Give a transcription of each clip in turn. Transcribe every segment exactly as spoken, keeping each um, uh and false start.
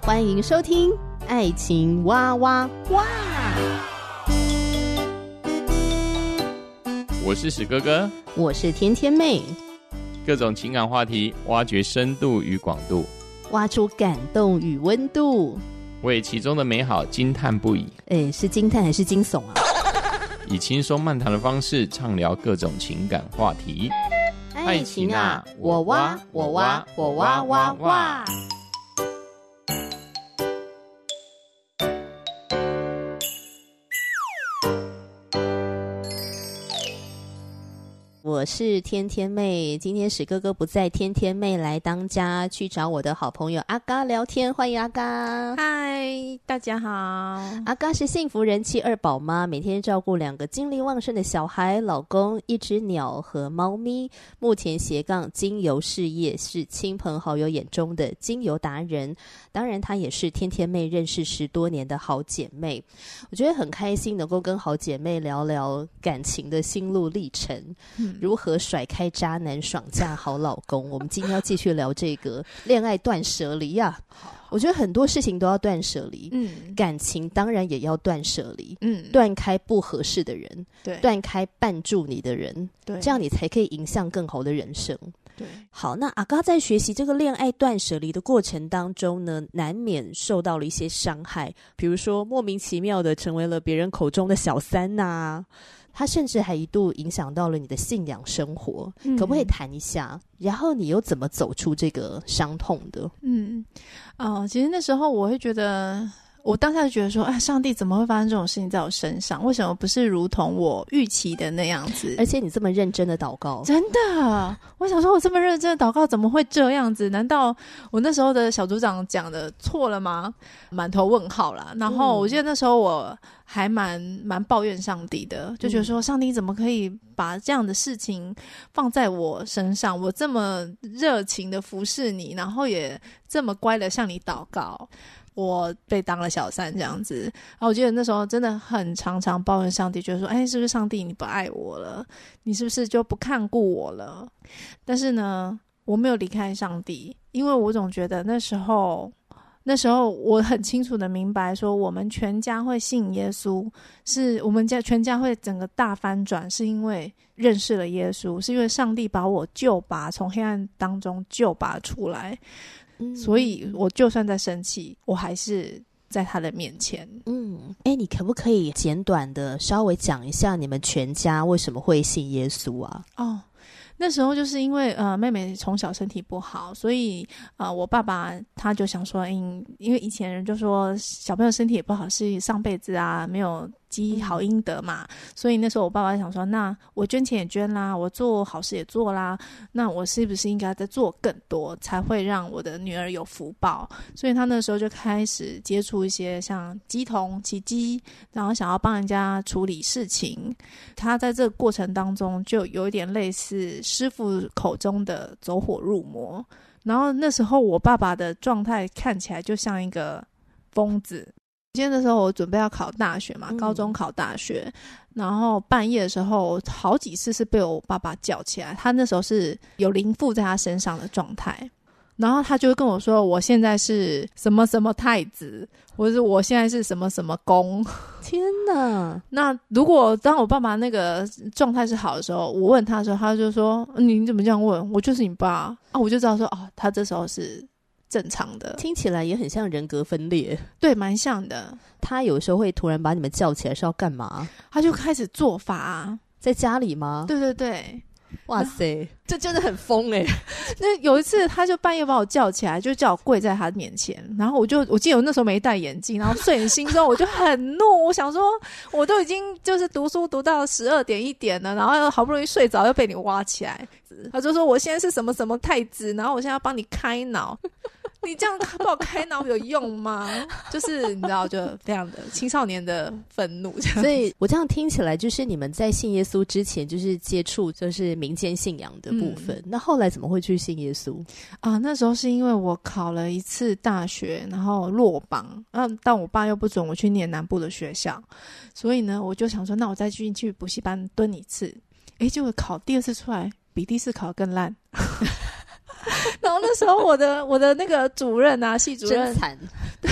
欢迎收听爱情哇哇哇。 我是史哥哥， 我是甜甜妹， 各种情感话题，挖掘深度与广度， 挖出感动与温度， 为其中的美好惊叹不已。 诶，是惊叹还是惊悚啊？ 以轻松漫谈的方式畅聊各种情感话题。 爱情啊，我挖我挖我挖挖挖。我是天天妹，今天史哥哥不在，天天妹来当家，去找我的好朋友阿嘎聊天，欢迎阿嘎。 嗨，大家好。 阿嘎是幸福人妻二宝妈，每天照顾两个精力旺盛的小孩、老公、一只鸟和猫咪。目前斜杠精油事业，是亲朋好友眼中的精油达人。当然，她也是天天妹认识十多年的好姐妹。我觉得很开心能够跟好姐妹聊聊感情的心路历程。嗯，如何甩开渣男爽嫁好老公。我们今天要继续聊这个恋爱断舍离啊。我觉得很多事情都要断舍离，嗯，感情当然也要断舍离，嗯，断开不合适的人，对，断开绊住你的人，对，这样你才可以迎向更好的人生。对，好，那阿嘎在学习这个恋爱断舍离的过程当中呢，难免受到了一些伤害，比如说莫名其妙的成为了别人口中的小三啊，他甚至还一度影响到了你的信仰生活，嗯，可不可以谈一下？然后你又怎么走出这个伤痛的？ 嗯，哦，其实那时候我会觉得，我当下就觉得说，哎，上帝怎么会发生这种事情在我身上？为什么不是如同我预期的那样子？ 而且你这么认真的祷告， 真的，我想说，我这么认真的祷告，怎么会这样子？难道我那时候的小组长讲的错了吗？满头问号啦。然后我记得那时候我还蛮蛮抱怨上帝的，就觉得说，上帝怎么可以把这样的事情放在我身上？我这么热情的服侍你，然后也这么乖的向你祷告。我被当了小三这样子，然后我记得那时候真的很常常抱怨上帝，觉得说，哎，是不是上帝你不爱我了？你是不是就不看顾我了？但是呢，我没有离开上帝，因为我总觉得那时候那时候我很清楚的明白说，我们全家会信耶稣，是我们家全家会整个大翻转，是因为认识了耶稣，是因为上帝把我救拔，从黑暗当中救拔出来。嗯，所以我就算在生气，我还是在他的面前。 嗯，哎，你可不可以简短的稍微讲一下你们全家为什么会信耶稣啊？ 哦，那时候就是因为呃妹妹从小身体不好，所以呃我爸爸他就想说，嗯，因为以前人就说小朋友身体也不好是上辈子啊没有积好阴德嘛，嗯，所以那时候我爸爸想说，那我捐钱也捐啦，我做好事也做啦，那我是不是应该再做更多，才会让我的女儿有福报？所以他那时候就开始接触一些像乩童、奇迹，然后想要帮人家处理事情。他在这个过程当中就有一点类似师父口中的走火入魔，然后那时候我爸爸的状态看起来就像一个疯子。今天的时候我准备要考大学嘛，高中考大学，然后半夜的时候好几次是被我爸爸叫起来，他那时候是有灵附在他身上的状态，然后他就会跟我说，我现在是什么什么太子，或者我现在是什么什么公。 天哪！ 那如果当我爸爸那个状态是好的时候，我问他的时候，他就说，你怎么这样问？我就是你爸啊！我就知道说，哦，他这时候是正常的。 听起来也很像人格分裂。 对，蛮像的。 他有时候会突然把你们叫起来是要干嘛？ 他就开始做法啊。 在家里吗？ 对对对。 哇塞，这真的很疯欸。 那有一次他就半夜把我叫起来，就叫我跪在他面前，然后我就我记得我那时候没戴眼镜，然后睡眼惺忪，我就很怒，我想说我都已经就是读书读到十二点一点了，然后好不容易睡着又被你挖起来。他就说我现在是什么什么太子，然后我现在要帮你开脑。你这样帮我开脑有用吗？就是你知道，就非常的青少年的愤怒这样。 所以我这样听起来，就是你们在信耶稣之前，就是接触就是民间信仰的部分。嗯、那后来怎么会去信耶稣啊？那时候是因为我考了一次大学，然后落榜，嗯，但我爸又不准我去念南部的学校，所以呢，我就想说，那我再进去补习班蹲一次。诶，结果考第二次出来，比第一次考得更烂。然后那时候我的我的那个主任啊，系主任， 真惨，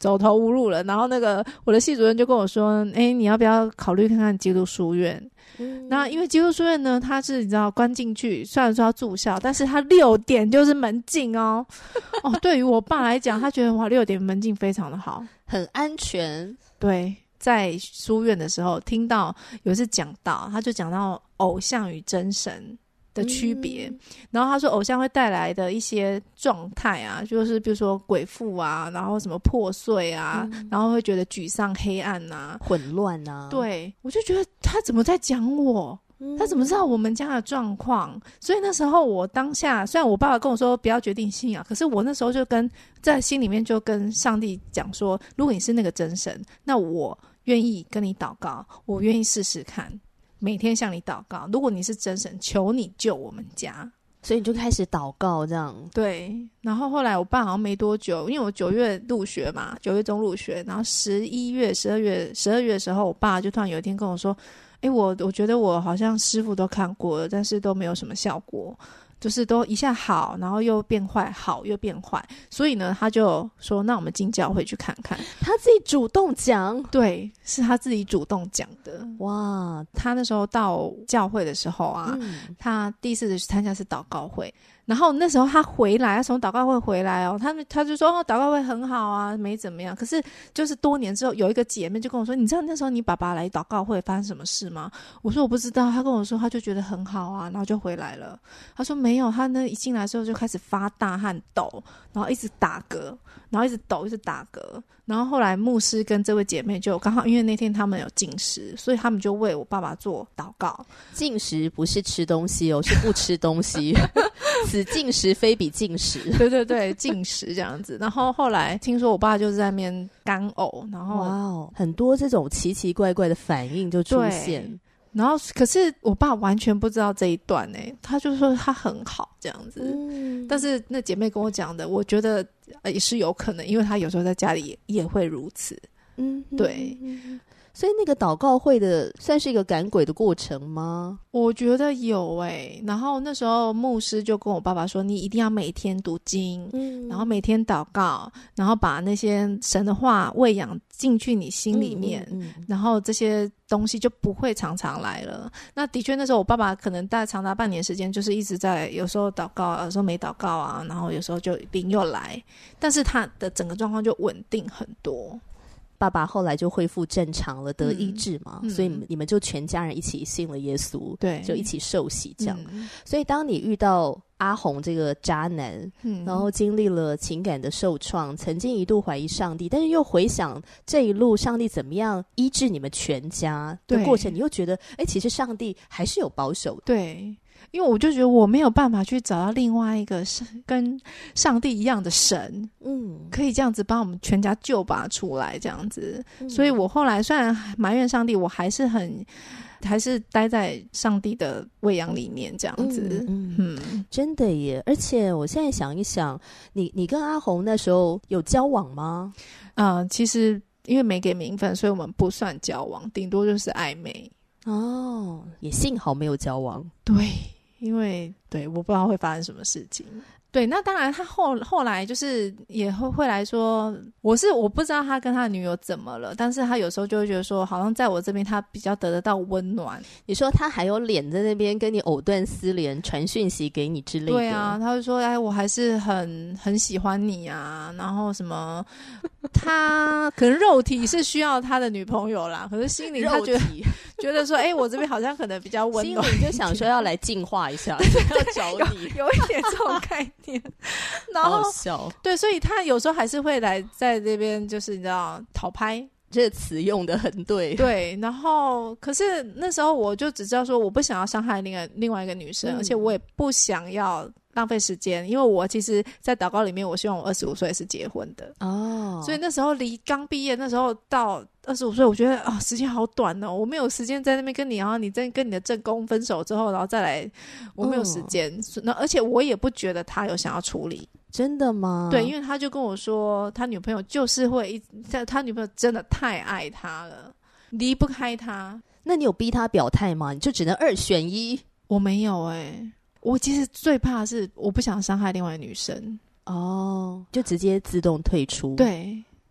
走投无路了。然后那个我的系主任就跟我说，哎，你要不要考虑看看基督书院？嗯，那因为基督书院呢，它是你知道关进去，虽然说要住校，但是它六点就是门禁哦。哦，对于我爸来讲，他觉得哇，六点门禁非常的好， 很安全。 对，在书院的时候听到有一次讲到，他就讲到偶像与真神的区别、嗯、然后他说偶像会带来的一些状态啊，就是比如说鬼附啊，然后什么破碎啊、嗯、然后会觉得沮丧黑暗啊混乱啊。 对，我就觉得他怎么在讲我、嗯、他怎么知道我们家的状况。所以那时候我当下虽然我爸爸跟我说不要决定信仰，可是我那时候就跟在心里面就跟上帝讲说，如果你是那个真神，那我愿意跟你祷告，我愿意试试看每天向你祷告，如果你是真神，求你救我们家。 所以你就开始祷告这样。 对，然后后来我爸好像没多久，因为我九月入学嘛，九月中入学，然后十一月十二月十二月的时候，我爸就突然有一天跟我说，诶，我我觉得我好像师父都看过了，但是都没有什么效果，就是都一下好，然后又变坏，好又变坏。所以呢他就说那我们进教会去看看。 他自己主动讲？对， 是他自己主动讲的。哇，他那时候到教会的时候啊、嗯、他第一次参加是祷告会，然后那时候他回来，他从祷告会回来哦，他他就说哦，祷告会很好啊，没怎么样。可是就是多年之后，有一个姐妹就跟我说，你知道那时候你爸爸来祷告会发生什么事吗？我说我不知道。他跟我说他就觉得很好啊，然后就回来了。他说没有，他呢一进来的时候就开始发大汗抖，然后一直打嗝，然后一直抖一直打嗝。然后后来牧师跟这位姐妹就刚好因为那天他们有禁食，所以他们就为我爸爸做祷告。 禁食不是吃东西哦，是不吃东西此禁食非彼禁食。 对对对，禁食这样子。然后后来听说我爸就是在那边干呕，然后哇哦，很多这种奇奇怪怪的反应就出现。 然后可是我爸完全不知道这一段欸，他就说他很好这样子、嗯、但是那姐妹跟我讲的，我觉得也是有可能，因为他有时候在家里 也, 也会如此。嗯，对。 所以那个祷告会的算是一个赶鬼的过程吗？ 我觉得有欸。然后那时候牧师就跟我爸爸说，你一定要每天读经、嗯、然后每天祷告，然后把那些神的话喂养进去你心里面、嗯嗯嗯、然后这些东西就不会常常来了。那的确那时候我爸爸可能大概长达半年时间就是一直在有时候祷告，有时候没祷告啊，然后有时候就灵又来，但是他的整个状况就稳定很多。 爸爸后来就恢复正常了，得医治嘛、嗯、所以你们就全家人一起信了耶稣，对，就一起受洗这样、嗯、所以当你遇到阿红这个渣男、嗯、然后经历了情感的受创，曾经一度怀疑上帝，但是又回想这一路上帝怎么样医治你们全家的过程，你又觉得哎，其实上帝还是有保守的。 对，因为我就觉得我没有办法去找到另外一个跟上帝一样的神，嗯，可以这样子帮我们全家救拔出来这样子、嗯、所以我后来虽然埋怨上帝，我还是很还是待在上帝的喂养里面这样子。嗯 嗯, 嗯， 真的耶。而且我现在想一想，你你跟阿红那时候有交往吗？ 啊、呃，其实因为没给名分，所以我们不算交往，顶多就是暧昧。 哦，也幸好没有交往。 对，因为对我不知道会发生什么事情。对，那当然他后后来就是也会会来说，我是我不知道他跟他的女友怎么了，但是他有时候就会觉得说，好像在我这边他比较得得到温暖。 你说他还有脸在那边跟你藕断丝连，传讯息给你之类的？ 对啊，他会说，哎，我还是很很喜欢你啊，然后什么，他可能肉体是需要他的女朋友啦，可是心里他觉得觉得说，哎，我这边好像可能比较温暖， 心里就想说要来净化一下，要找你， 有, 有一点这种概念。然后好笑， 对，所以他有时候还是会来在这边，就是你知道讨拍， 这个词用得很对。 对，然后可是那时候我就只知道说，我不想要伤害另外另外一个女生、嗯，而且我也不想要浪费时间，因为我其实在祷告里面我希望我二十五岁是结婚的哦，所以那时候离刚毕业那时候到二十五岁，我觉得啊、哦、时间好短哦，我没有时间在那边跟你，然后你再跟你的正宫分手之后然后再来，我没有时间、哦、那而且我也不觉得他有想要处理。 真的吗？ 对，因为他就跟我说他女朋友就是会一他女朋友真的太爱他了，离不开他。 那你有逼他表态吗？你就只能二选一？ 我没有耶、欸，我其实最怕的是我不想伤害另外女生哦， 就直接自动退出。 对，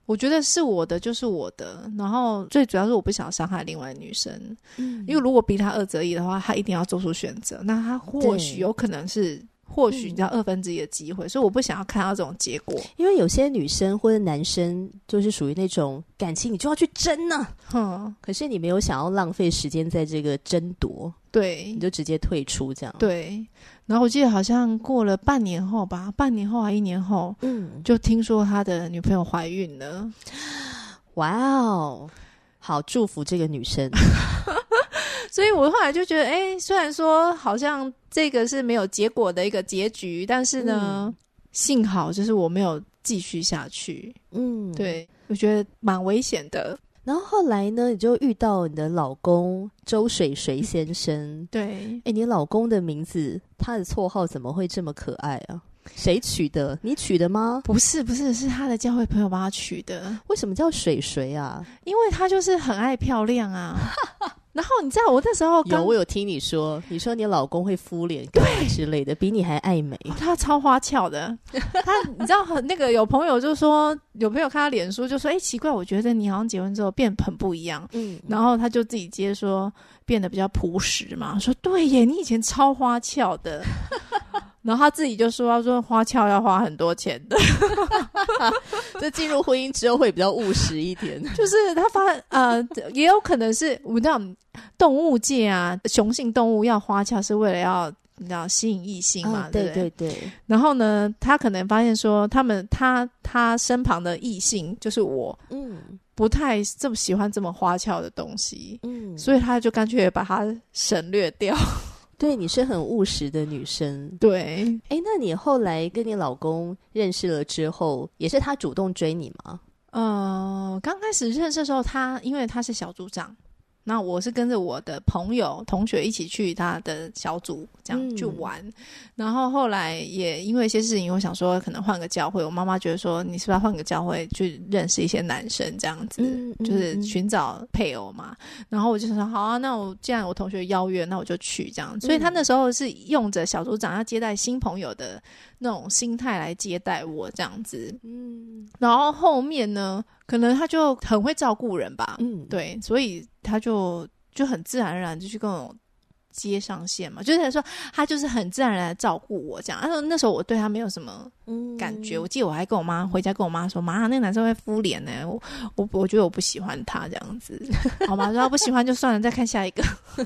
我觉得是我的就是我的，然后最主要是我不想伤害另外的女生，嗯，因为如果逼他二择一的话，他一定要做出选择，那他或许有可能是或许你知道二分之一的机会、嗯、所以我不想要看到这种结果。 因为有些女生或者男生就是属于那种感情你就要去争啊，嗯，可是你没有想要浪费时间在这个争夺， 对， 你就直接退出这样。 对，然后我记得好像过了半年后吧，半年后还一年后，嗯，就听说他的女朋友怀孕了。 哇哦，好祝福这个女生。 所以我后来就觉得，哎，虽然说好像这个是没有结果的一个结局，但是呢，嗯、幸好就是我没有继续下去。嗯，对，我觉得蛮危险的。 然后后来呢，你就遇到你的老公周水水先生。 对， 哎，你老公的名字，他的绰号怎么会这么可爱啊？谁取的？你取的吗？ 不是，不是，是他的教会朋友帮他取的。 为什么叫水水啊？ 因为他就是很爱漂亮啊。然后你知道我那时候有我有听你说，你说你老公会敷脸干嘛之类的，比你还爱美。 哦、他超花俏的，他你知道那个有朋友就说，有朋友看他脸书就说，哎，奇怪，我觉得你好像结婚之后变很不一样。嗯，然后他就自己接说变得比较朴实嘛，说对耶，你以前超花俏的。然后他自己就说，他说花俏要花很多钱的。 这进入婚姻之后会比较务实一点。 就是他发呃，也有可能是我知道动物界啊，雄性动物要花俏是为了要你知道吸引异性嘛、哦、 对对对对。 然后呢，他可能发现说，他们他他身旁的异性就是我，嗯，不太这么喜欢这么花俏的东西，嗯，所以他就干脆把它省略掉。 对，你是很务实的女生。 对， 哎，那你后来跟你老公认识了之后，也是他主动追你吗？ 呃，刚开始认识的时候，他因为他是小组长，那我是跟着我的朋友同学一起去他的小组这样去玩、嗯、然后后来也因为一些事情，我想说可能换个教会，我妈妈觉得说你是不是要换个教会去认识一些男生这样子、嗯嗯、就是寻找配偶嘛。然后我就说好啊，那我既然我同学邀约，那我就去这样。所以他那时候是用着小组长要接待新朋友的那种心态来接待我这样子。嗯，然后后面呢可能他就很会照顾人吧，嗯，对，所以他就就很自然而然就去跟我接上线嘛，就是说他就是很自然而然的照顾我这样。那那时候我对他没有什么感觉、嗯、我记得我还跟我妈回家跟我妈说，妈，那个男生会敷脸呢，我我我觉得我不喜欢他这样子。好嘛，说他不喜欢就算了，再看下一个。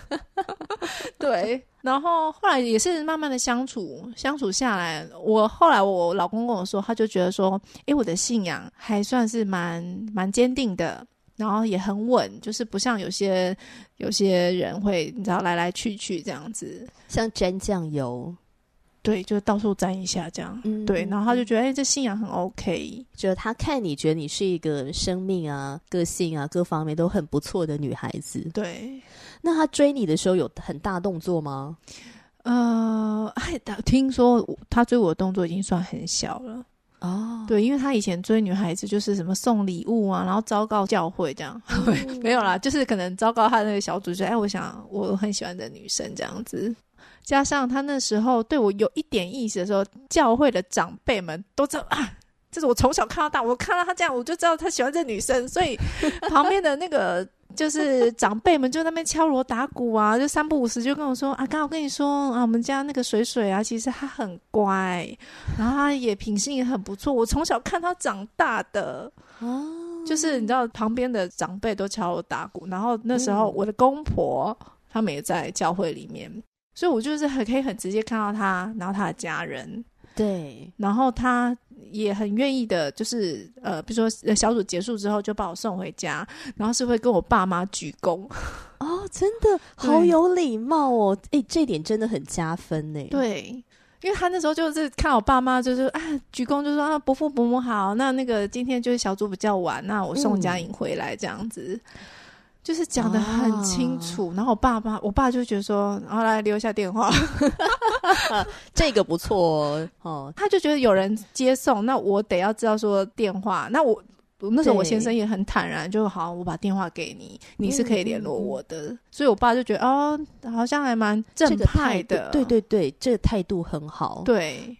对，然后后来也是慢慢的相处相处下来，我后来我老公跟我说，他就觉得说，诶，我的信仰还算是蛮蛮坚定的，然后也很稳，就是不像有些有些人会你知道来来去去这样子， 像沾酱油。 对，就到处沾一下这样、嗯、对，然后他就觉得哎、欸，这信仰很 OK， 觉得他看你觉得你是一个生命啊个性啊各方面都很不错的女孩子。 对， 那他追你的时候有很大动作吗？ 呃，听说他追我的动作已经算很小了哦，对，因为他以前追女孩子就是什么送礼物啊，然后昭告教会这样、嗯、没有啦，就是可能昭告他那个小组，就哎，我想我很喜欢的女生这样子。加上他那时候对我有一点意思的时候，教会的长辈们都知道啊，这是我从小看到大，我看到他这样我就知道他喜欢这女生，所以旁边的那个就是长辈们就在那边敲锣打鼓啊，就三不五时就跟我说啊，刚好跟你说啊，我们家那个水水啊，其实他很乖，然后他也品性也很不错，我从小看他长大的哦，就是你知道旁边的长辈都敲锣打鼓，然后那时候我的公婆、嗯、他们也在教会里面，所以我就是很可以很直接看到他，然后他的家人， 对， 然后他也很愿意的，就是呃，比如说小组结束之后就把我送回家，然后是会跟我爸妈鞠躬。 哦，真的好有礼貌哦，哎，这点真的很加分呢。 对，因为他那时候就是看我爸妈就是啊鞠躬，就说啊伯父伯母好，那那个今天就是小组比较晚，那我送佳颖回来这样子。嗯，就是讲得很清楚、哦、然后我爸爸我爸就觉得说然后来留下电话这个不错 哦, 哦他就觉得有人接送，那我得要知道说电话，那我那时候我先生也很坦然，就好我把电话给你，你是可以联络我的、嗯、所以我爸就觉得哦好像还蛮正派的、 这个、对对对，这个态度很好。 对，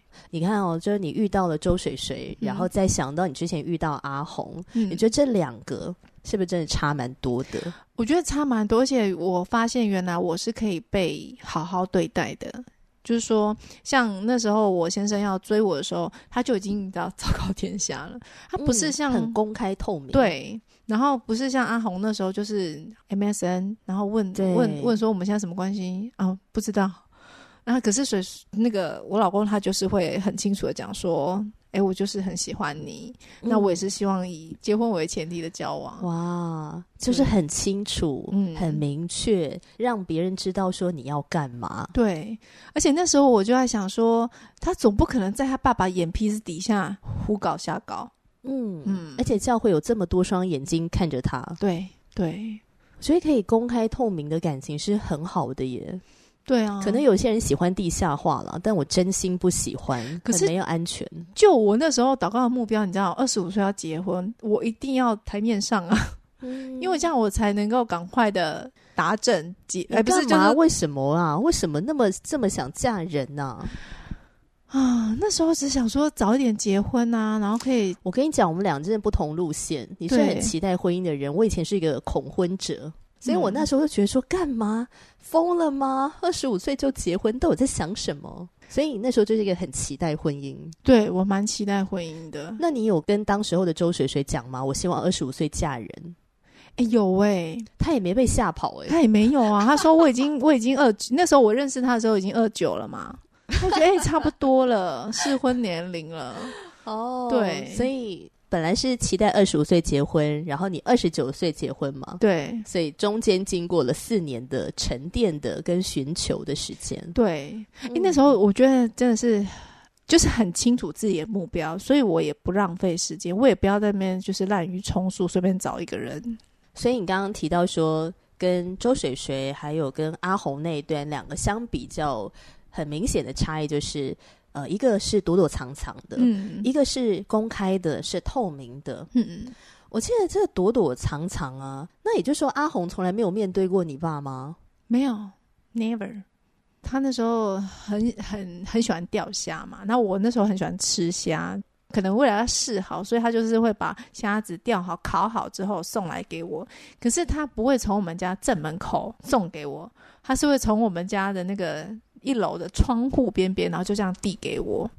你看哦，就是你遇到了周水水，嗯、然后再想到你之前遇到阿红，嗯、你觉得这两个是不是真的差蛮多的？ 我觉得差蛮多，而且我发现原来我是可以被好好对待的。就是说，像那时候我先生要追我的时候，他就已经你知道昭告天下了。他不是像、 嗯、很公开透明， 对，然后不是像阿红那时候就是 M S N， 然后问问问说我们现在什么关系啊？不知道。然后可是水那个我老公他就是会很清楚的讲说，哎，我就是很喜欢你，嗯、那我也是希望以结婚为前提的交往。 哇，就是很清楚，嗯，很明确，让别人知道说你要干嘛。 对，而且那时候我就在想说，他总不可能在他爸爸眼皮子底下胡搞瞎搞。 嗯嗯，而且教会有这么多双眼睛看着他。 对对， 所以可以公开透明的感情是很好的耶。 对啊， 可能有些人喜欢地下化了，但我真心不喜欢，可是没有安全。 就我那时候祷告的目标，你知道，二十五岁要结婚，我一定要台面上啊，嗯、因为这样我才能够赶快的达阵结。哎，不是，就是为什么啊？为什么那么这么想嫁人呢、 啊？啊，那时候只想说早一点结婚啊，然后可以。 我跟你讲，我们俩真的不同路线。你是很期待婚姻的人，我以前是一个恐婚者。所以我那时候就觉得说，干嘛疯了吗？二十五岁就结婚，都有在想什么？所以那时候就是一个很期待婚姻。 对，我蛮期待婚姻的。 那你有跟当时候的周水水讲吗？我希望二十五岁嫁人。 哎、欸，有哎、欸， 他也没被吓跑哎、欸， 他也没有啊。他说我已经我已经二，那时候我认识他的时候已经二九了嘛。他觉得哎、欸，差不多了，适婚年龄了。 哦， 对， 所以。本来是期待二十五岁结婚，然后你二十九岁结婚嘛？ 对， 所以中间经过了四年的沉淀的跟寻求的时间。 对，因为那时候我觉得真的是就是很清楚自己的目标，所以我也不浪费时间，我也不要在那边就是滥竽充数，随便找一个人。 所以你刚刚提到说，跟周水水还有跟阿红那一段两个相比较，很明显的差异就是。呃，一个是躲躲藏藏的，嗯，一个是公开的，是透明的，嗯嗯。我记得这个躲躲藏藏啊，那也就是说阿红从来没有面对过你爸吗？ 没有 ，never。他那时候很很很喜欢钓虾嘛，那我那时候很喜欢吃虾，可能为了要示好，所以他就是会把虾子钓好、烤好之后送来给我。可是他不会从我们家正门口送给我，他是会从我们家的那个。一楼的窗户边边，然后就这样递给我。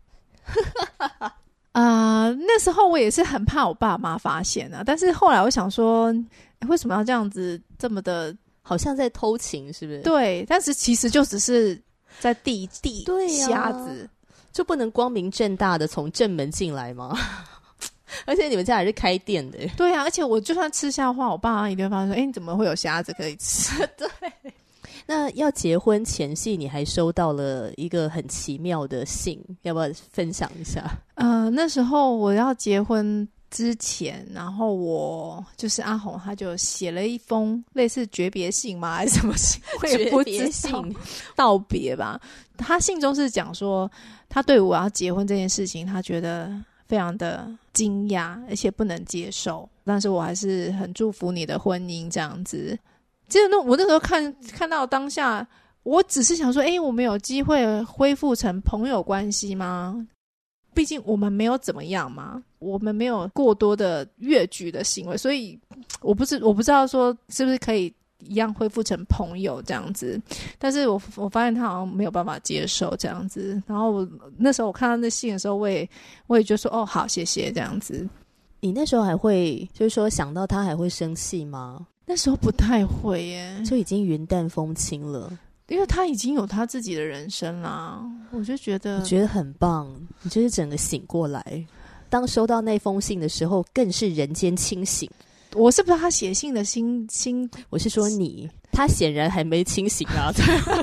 呃，那时候我也是很怕我爸妈发现啊，但是后来我想说，欸、为什么要这样子这么的， 好像在偷情，是不是？ 对，但是其实就只是在递递虾子、啊， 就不能光明正大的从正门进来吗？而且你们家还是开店的。 对啊，而且我就算吃虾的话，我爸妈一定会发现说，哎、欸，你怎么会有虾子可以吃？ 对。那要结婚前夕，你还收到了一个很奇妙的信，要不要分享一下？ 呃，那时候我要结婚之前，然后我就是阿红，他就写了一封类似诀别信吗？还是什么信？我也不知道，道别吧。他信中是讲说，他对我要结婚这件事情，他觉得非常的惊讶，而且不能接受，但是我还是很祝福你的婚姻这样子。其实那我那时候看看到当下，我只是想说，哎，我们有机会恢复成朋友关系吗？毕竟我们没有怎么样嘛，我们没有过多的越矩的行为，所以我不是我不知道说是不是可以一样恢复成朋友这样子。但是我我发现他好像没有办法接受这样子。然后我那时候我看到那信的时候，我也我也觉得说，哦，好，谢谢这样子。 你那时候还会就是说想到他还会生气吗？ 那时候不太会耶， 就已经云淡风轻了， 因为他已经有他自己的人生啦。我就觉得， 我觉得很棒，你就是整个醒过来。当收到那封信的时候，更是人间清醒。 我是不知道他写信的心心， 我是说你，他显然还没清醒啊。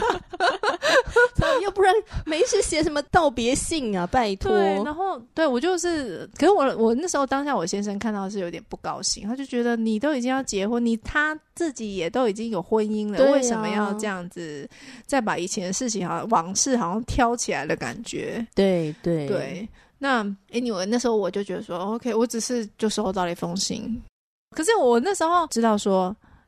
要不然没事写什么道别信啊，拜托。 对，然后对我就是，可是我我那时候当下我先生看到是有点不高兴，他就觉得你都已经要结婚，你他自己也都已经有婚姻了，啊、为什么要这样子再把以前的事情好像往事好像挑起来的感觉？ 对对对。那 anyway 那时候我就觉得说 OK， 我只是就收到了一封信，可是我那时候知道说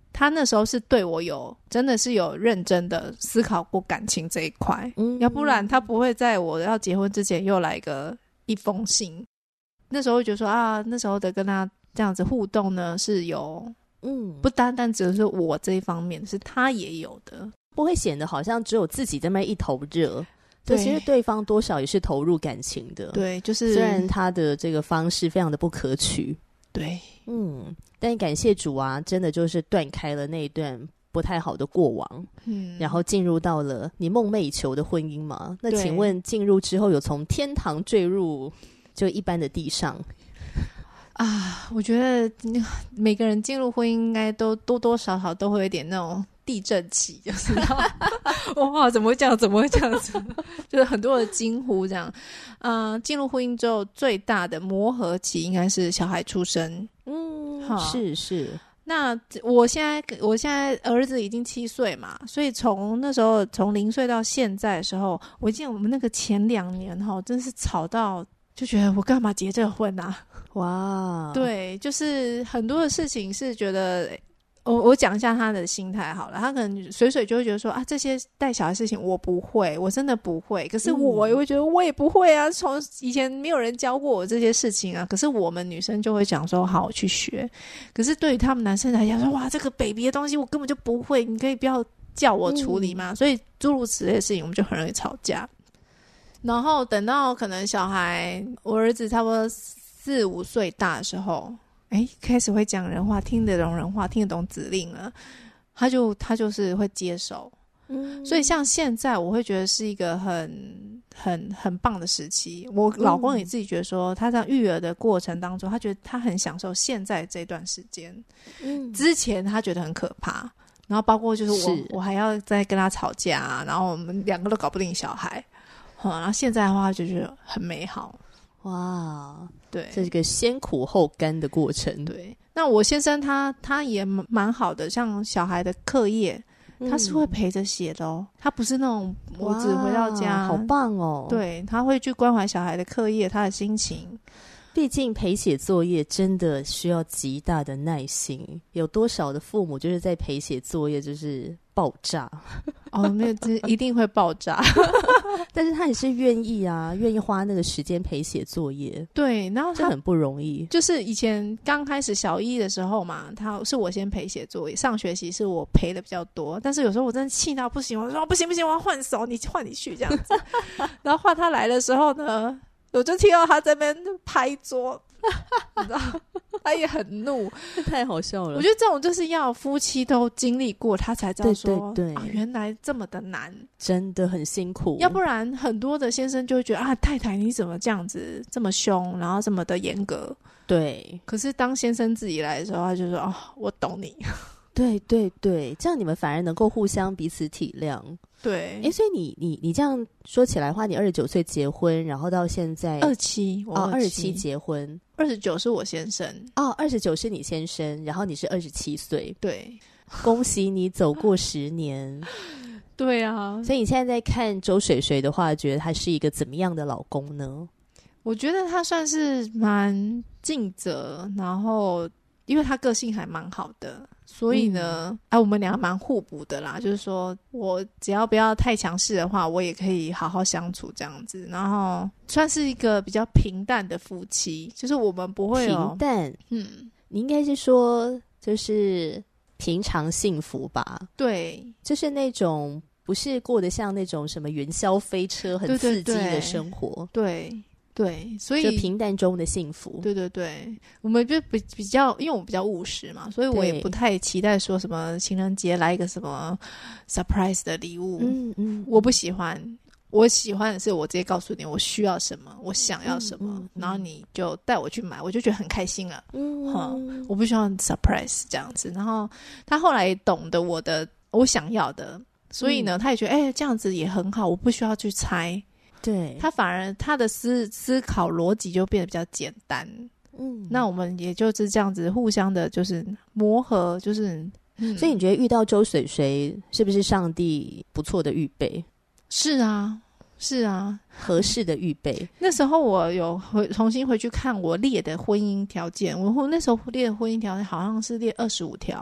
他那时候是对我有真的是有认真的思考过感情这一块，嗯，要不然他不会在我要结婚之前又来个一封信。那时候觉得说啊，那时候的跟他这样子互动呢是有，嗯，不单单只是我这一方面，是他也有的， 不会显得好像只有自己在那边一头热。对，其实对方多少也是投入感情的。 对，就是虽然他的这个方式非常的不可取。 对， 嗯，但感谢主啊，真的就是断开了那一段不太好的过往，嗯，然后进入到了你梦寐以求的婚姻嘛。那请问进入之后有从天堂坠入就一般的地上啊？我觉得每个人进入婚姻应该都多多少少都会有点那种地震期，就是哇怎么会这样怎么会这样子就是很多的惊呼这样。呃，进入婚姻之后最大的磨合期应该是小孩出生。 嗯，是是。 那我现在我现在儿子已经七岁嘛，所以从那时候从零岁到现在的时候，我记得我们那个前两年哈，真是吵到就觉得我干嘛结这个婚啊？ 哇， 对，就是很多的事情是觉得。我我讲一下他的心态好了，他可能水水就会觉得说啊，这些带小孩的事情我不会，我真的不会。可是我也会觉得我也不会啊，从以前没有人教过我这些事情啊。可是我们女生就会讲说好，我去学。可是对于他们男生来讲说，哇，这个 baby 的东西我根本就不会，你可以不要叫我处理吗？嗯、所以诸如此类的事情，我们就很容易吵架。然后等到可能小孩，我儿子差不多四五岁大的时候。哎，开始会讲人话，听得懂人话，听得懂指令了，他就他就是会接受。嗯，所以像现在我会觉得是一个很很很棒的时期。我老公也自己觉得说，他在育儿的过程当中，他觉得他很享受现在这段时间。嗯，之前他觉得很可怕，然后包括就是我是我还要再跟他吵架啊，然后我们两个都搞不定小孩，嗯，然后现在的话就觉得很美好。 哇， 对， 这是个先苦后甘的过程。 对，那我先生他他也蛮好的，像小孩的课业，他是会陪着写的哦，他不是那种我只回到家， 好棒哦。 对，他会去关怀小孩的课业，他的心情。 毕竟陪写作业真的需要极大的耐心，有多少的父母就是在陪写作业就是爆炸哦，没有，这一定会爆炸但是他也是愿意啊，愿意花那个时间陪写作业。 对，然后他这很不容易。 就是以前刚开始小一的时候嘛，他是我先陪写作业，上学期是我陪的比较多，但是有时候我真的气到不行，我说不行不行，我要换手，你换你去这样子然后换他来的时候呢，我就听到他在那边拍桌你知道他也很怒， 太好笑了。 我觉得这种就是要夫妻都经历过他才知道说对对对、 啊、原来这么的难， 真的很辛苦。 要不然很多的先生就会觉得啊，太太你怎么这样子这么凶，然后这么的严格。 对， 可是当先生自己来的时候，他就说哦，我懂你。 对对对，这样你们反而能够互相彼此体谅。 对， 哎，所以你你你这样说起来的话，你二十九岁结婚，然后到现在二七， 哦，二十七结婚， 二十九是我先生， 哦，二十九是你先生，然后你是二十七岁， 对， 恭喜你走过十年。 对啊， 所以你现在在看周水水的话，觉得他是一个怎么样的老公呢？ 我觉得他算是蛮尽责，然后因为他个性还蛮好的。所以呢，嗯、啊，我们俩蛮互补的啦。就是说我只要不要太强势的话，我也可以好好相处这样子。然后算是一个比较平淡的夫妻，就是我们不会有平淡， 嗯， 你应该是说就是平常幸福吧？ 对， 就是那种不是过得像那种什么云霄飞车很刺激的生活， 对。对对对，所以就平淡中的幸福。 对对对，我们就比比较，因为我比较务实嘛，所以我也不太期待说什么情人节来一个什么 surprise 的礼物。嗯嗯，我不喜欢，我喜欢的是我直接告诉你我需要什么，我想要什么，嗯嗯、然后你就带我去买，我就觉得很开心了。嗯，嗯我不希望 surprise 这样子。然后他后来也懂得我的我想要的，所以呢，嗯、他也觉得哎、欸、这样子也很好，我不需要去猜。 对，他反而他的思思考逻辑就变得比较简单，嗯，那我们也就是这样子互相的，就是磨合，就是、 嗯，所以你觉得遇到周水水是不是上帝不错的预备？ 是啊，是啊， 合适的预备。 那时候我有回重新回去看我列的婚姻条件，我那时候列的婚姻条件好像是列二十五条。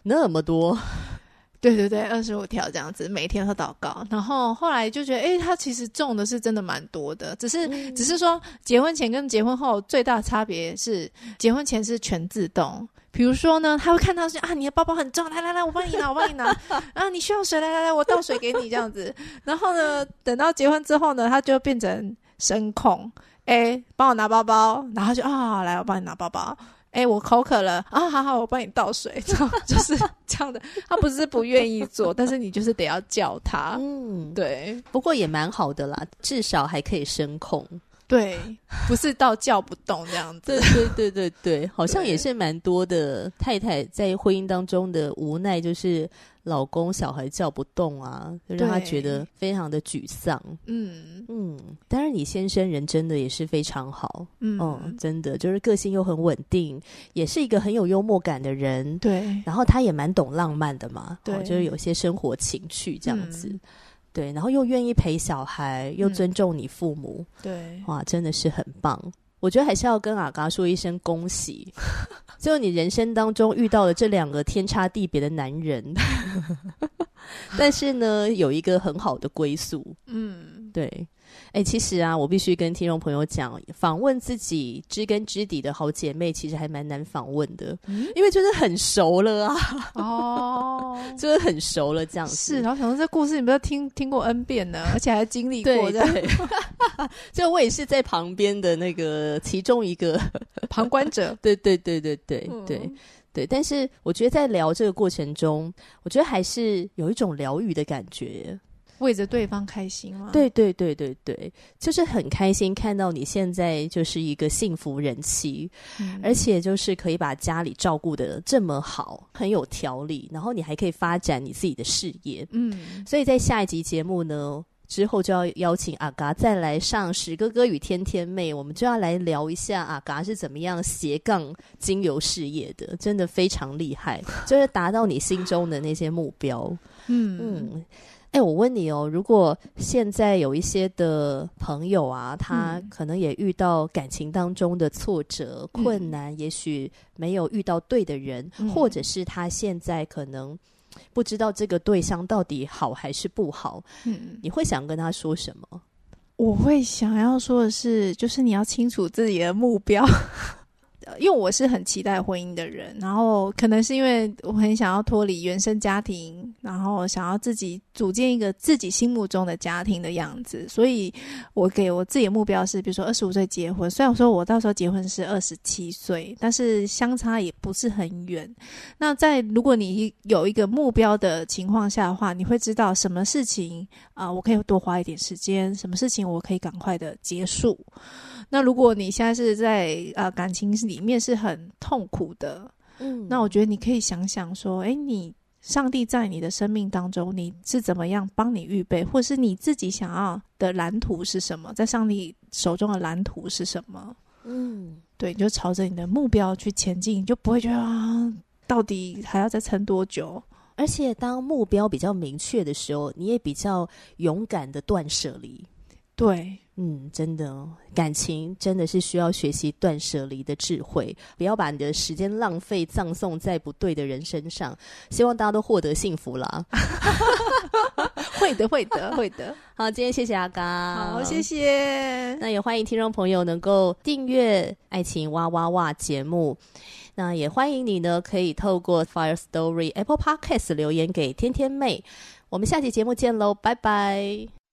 那么多。 对对对，二十五条这样子，每天都祷告。然后后来就觉得，哎，他其实中的是真的蛮多的，只是、嗯、只是说结婚前跟结婚后最大的差别是，结婚前是全自动。比如说呢，他会看到说啊，你的包包很重，来来来，我帮你拿，我帮你拿。啊，你需要水，来来来，我倒水给你这样子。然后呢，等到结婚之后呢，他就变成声控，哎，帮我拿包包，然后就啊，来，我帮你拿包包。哎、欸，我口渴了啊！好好，我帮你倒水，这样就是这样的。他不是不愿意做，但是你就是得要叫他。嗯，对。 不过也蛮好的啦，至少还可以声控。 对，不是到叫不动这样子。 对对对对对，好像也是蛮多的太太在婚姻当中的无奈，就是老公小孩叫不动啊，就让他觉得非常的沮丧。嗯嗯，当然你先生人真的也是非常好，嗯、哦，真的就是个性又很稳定，也是一个很有幽默感的人。对，然后他也蛮懂浪漫的嘛，对、哦，就是有些生活情趣这样子。嗯，对，然后又愿意陪小孩，又尊重你父母，嗯、对，哇，真的是很棒。我觉得还是要跟阿嘎说一声恭喜，就你人生当中遇到了这两个天差地别的男人，但是呢，有一个很好的归宿。嗯，对。哎、欸，其实啊，我必须跟听众朋友讲，访问自己知根知底的好姐妹，其实还蛮难访问的，嗯、因为就是很熟了啊。哦，就是很熟了这样子。 是，然后想说这故事你不要听听过 N 遍呢，而且还经历过这样。对， 就我也是在旁边的那个其中一个旁观者。 对对对对对、嗯、对对，但是我觉得在聊这个过程中，我觉得还是有一种疗愈的感觉。 为着对方开心吗？ 对对对对对，就是很开心看到你现在就是一个幸福人妻、嗯、而且就是可以把家里照顾得这么好，很有条理，然后你还可以发展你自己的事业。嗯，所以在下一集节目呢之后就要邀请阿嘎再来上史哥哥与天天妹，我们就要来聊一下阿嘎是怎么样斜杠精油事业的，真的非常厉害，就是达到你心中的那些目标。嗯嗯，哎、欸，我问你哦，如果现在有一些的朋友啊，他可能也遇到感情当中的挫折、嗯、困难，也许没有遇到对的人、嗯、或者是他现在可能不知道这个对象到底好还是不好，嗯，你会想跟他说什么？ 我会想要说的是，就是你要清楚自己的目标。因为我是很期待婚姻的人，然后可能是因为我很想要脱离原生家庭，然后想要自己组建一个自己心目中的家庭的样子，所以我给我自己的目标是比如说二十五岁结婚，虽然说我到时候结婚是二十七岁，但是相差也不是很远。那在如果你有一个目标的情况下的话，你会知道什么事情啊、呃，我可以多花一点时间，什么事情我可以赶快的结束。那如果你现在是在呃感情里面是很痛苦的，嗯，那我觉得你可以想想说，哎，你上帝在你的生命当中，你是怎么样帮你预备，或是你自己想要的蓝图是什么？在上帝手中的蓝图是什么？嗯，对，你就朝着你的目标去前进，你就不会觉得啊，到底还要再撑多久？ 而且当目标比较明确的时候，你也比较勇敢的断舍离。 对， 嗯，真的，感情真的是需要学习断舍离的智慧，不要把你的时间浪费葬送在不对的人身上。希望大家都获得幸福啦。 会的会的会的。 好，今天谢谢阿嘎。 好，谢谢。 那也欢迎听众朋友能够订阅爱情哇哇哇节目，那也欢迎你呢可以透过 Firstory Apple Podcast 留言给天天妹。我们下期节目见咯，拜拜。